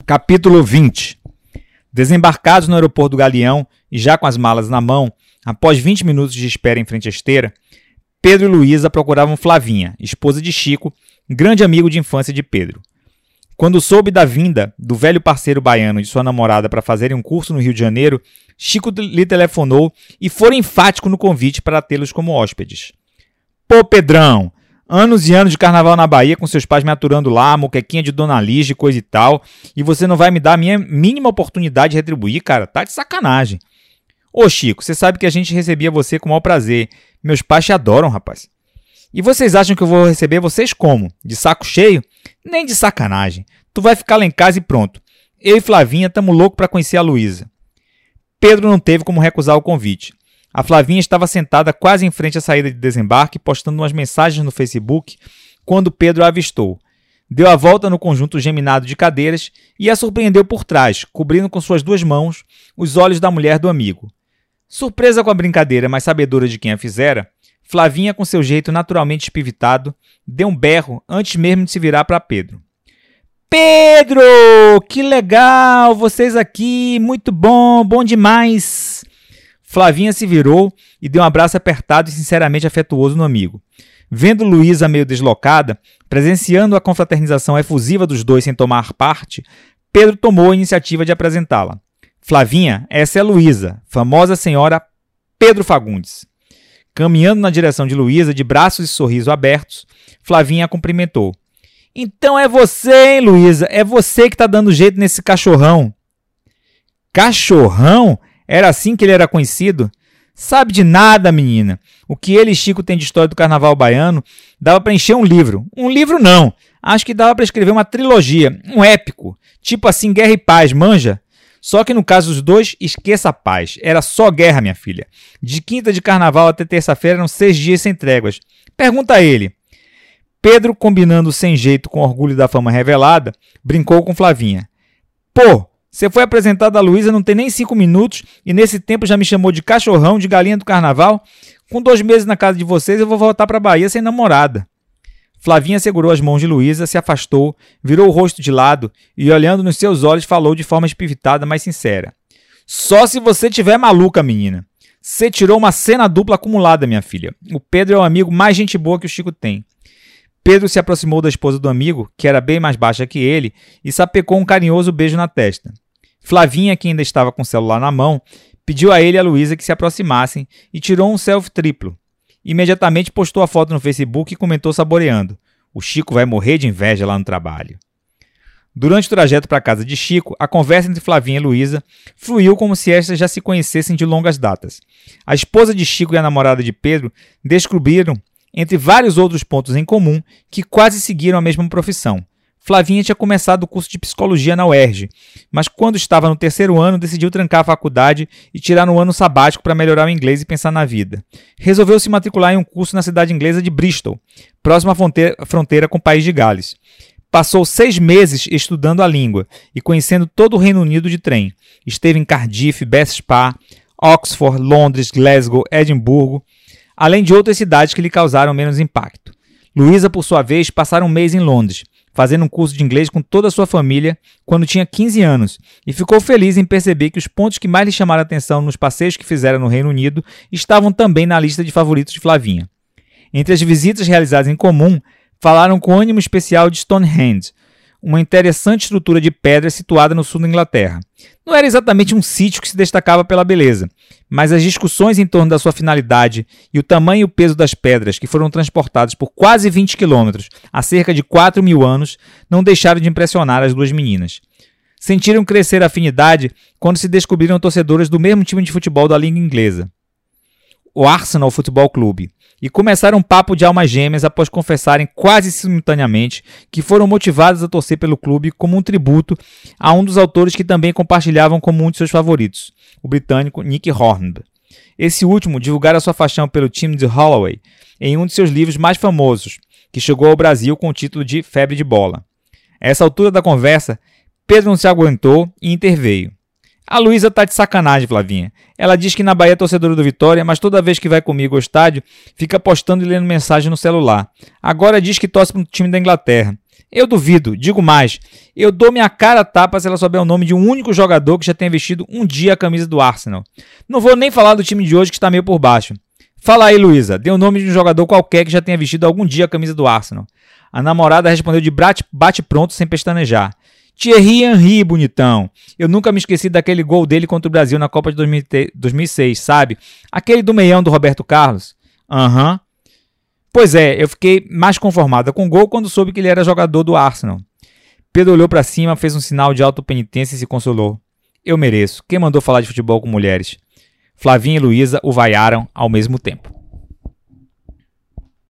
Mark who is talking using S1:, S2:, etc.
S1: Capítulo 20. Desembarcados no aeroporto do Galeão e já com as malas na mão, após 20 minutos de espera em frente à esteira, Pedro e Luísa procuravam Flavinha, esposa de Chico, grande amigo de infância de Pedro. Quando soube da vinda do velho parceiro baiano e de sua namorada para fazerem um curso no Rio de Janeiro, Chico lhe telefonou e foi enfático no convite para tê-los como hóspedes. Pô, Pedrão! Anos e anos de carnaval na Bahia, com seus pais me aturando lá, moquequinha de Dona Lígia e coisa e tal, e você não vai me dar a minha mínima oportunidade de retribuir, cara? Tá de sacanagem. Ô, Chico, você sabe que a gente recebia você com o maior prazer. Meus pais te adoram, rapaz. E vocês acham que eu vou receber vocês como? De saco cheio? Nem de sacanagem. Tu vai ficar lá em casa e pronto. Eu e Flavinha tamo louco pra conhecer a Luísa. Pedro não teve como recusar o convite. A Flavinha estava sentada quase em frente à saída de desembarque, postando umas mensagens no Facebook, quando Pedro a avistou. Deu a volta no conjunto geminado de cadeiras e a surpreendeu por trás, cobrindo com suas duas mãos os olhos da mulher do amigo. Surpresa com a brincadeira, mas sabedora de quem a fizera, Flavinha, com seu jeito naturalmente espivitado, deu um berro antes mesmo de se virar para Pedro. Pedro! Que legal! Vocês aqui! Muito bom! Bom demais! Flavinha se virou e deu um abraço apertado e sinceramente afetuoso no amigo. Vendo Luísa meio deslocada, presenciando a confraternização efusiva dos dois sem tomar parte, Pedro tomou a iniciativa de apresentá-la. Flavinha, essa é Luísa, famosa senhora Pedro Fagundes. Caminhando na direção de Luísa, de braços e sorriso abertos, Flavinha a cumprimentou. Então é você, hein, Luísa? É você que tá dando jeito nesse cachorrão. Cachorrão? Era assim que ele era conhecido? Sabe de nada, menina. O que ele e Chico têm de história do carnaval baiano dava para encher um livro. Um livro não. Acho que dava para escrever uma trilogia, um épico. Tipo assim, Guerra e Paz, manja? Só que no caso dos dois, esqueça a paz. Era só guerra, minha filha. De quinta de carnaval até terça-feira eram 6 dias sem tréguas. Pergunta a ele. Pedro, combinando sem jeito com o orgulho da fama revelada, brincou com Flavinha. Pô! Você foi apresentado a Luísa não tem nem 5 minutos e nesse tempo já me chamou de cachorrão, de galinha do carnaval? Com 2 meses na casa de vocês eu vou voltar para a Bahia sem namorada. Flavinha segurou as mãos de Luísa, se afastou, virou o rosto de lado e olhando nos seus olhos falou de forma espivitada, mas sincera. Só se você tiver maluca, menina. Você tirou uma cena dupla acumulada, minha filha. O Pedro é o amigo mais gente boa que o Chico tem. Pedro se aproximou da esposa do amigo, que era bem mais baixa que ele, e sapecou um carinhoso beijo na testa. Flavinha, que ainda estava com o celular na mão, pediu a ele e a Luísa que se aproximassem e tirou um selfie triplo. Imediatamente postou a foto no Facebook e comentou saboreando. O Chico vai morrer de inveja lá no trabalho. Durante o trajeto para a casa de Chico, a conversa entre Flavinha e Luísa fluiu como se estas já se conhecessem de longas datas. A esposa de Chico e a namorada de Pedro descobriram, entre vários outros pontos em comum, que quase seguiram a mesma profissão. Flavinha tinha começado o curso de psicologia na UERJ, mas quando estava no 3º ano decidiu trancar a faculdade e tirar um ano sabático para melhorar o inglês e pensar na vida. Resolveu se matricular em um curso na cidade inglesa de Bristol, próxima à fronteira com o país de Gales. Passou 6 meses estudando a língua e conhecendo todo o Reino Unido de trem. Esteve em Cardiff, Bath Spa, Oxford, Londres, Glasgow, Edimburgo, além de outras cidades que lhe causaram menos impacto. Luísa, por sua vez, passara um mês em Londres, fazendo um curso de inglês com toda a sua família quando tinha 15 anos, e ficou feliz em perceber que os pontos que mais lhe chamaram a atenção nos passeios que fizera no Reino Unido estavam também na lista de favoritos de Flavinha. Entre as visitas realizadas em comum, falaram com ânimo especial de Stonehenge, uma interessante estrutura de pedra situada no sul da Inglaterra. Não era exatamente um sítio que se destacava pela beleza, mas as discussões em torno da sua finalidade e o tamanho e o peso das pedras que foram transportadas por quase 20 quilômetros há cerca de 4.000 anos não deixaram de impressionar as duas meninas. Sentiram crescer a afinidade quando se descobriram torcedoras do mesmo time de futebol da língua inglesa, o Arsenal Futebol Clube, e começaram um papo de almas gêmeas após confessarem quase simultaneamente que foram motivadas a torcer pelo clube como um tributo a um dos autores que também compartilhavam como um de seus favoritos, o britânico Nick Hornby. Esse último divulgara sua paixão pelo time de Holloway em um de seus livros mais famosos, que chegou ao Brasil com o título de Febre de Bola. A essa altura da conversa, Pedro não se aguentou e interveio. A Luísa tá de sacanagem, Flavinha. Ela diz que na Bahia é torcedora do Vitória, mas toda vez que vai comigo ao estádio, fica postando e lendo mensagem no celular. Agora diz que torce pro time da Inglaterra. Eu duvido, digo mais, eu dou minha cara a tapa se ela souber o nome de um único jogador que já tenha vestido um dia a camisa do Arsenal. Não vou nem falar do time de hoje que está meio por baixo. Fala aí, Luísa, dê o nome de um jogador qualquer que já tenha vestido algum dia a camisa do Arsenal. A namorada respondeu de bate-pronto sem pestanejar. Thierry Henry, bonitão. Eu nunca me esqueci daquele gol dele contra o Brasil na Copa de 2006, sabe? Aquele do meião do Roberto Carlos. Aham. Pois é, eu fiquei mais conformada com o gol quando soube que ele era jogador do Arsenal. Pedro olhou para cima, fez um sinal de autopenitência e se consolou. Eu mereço. Quem mandou falar de futebol com mulheres? Flavinha e Luísa o vaiaram ao mesmo tempo.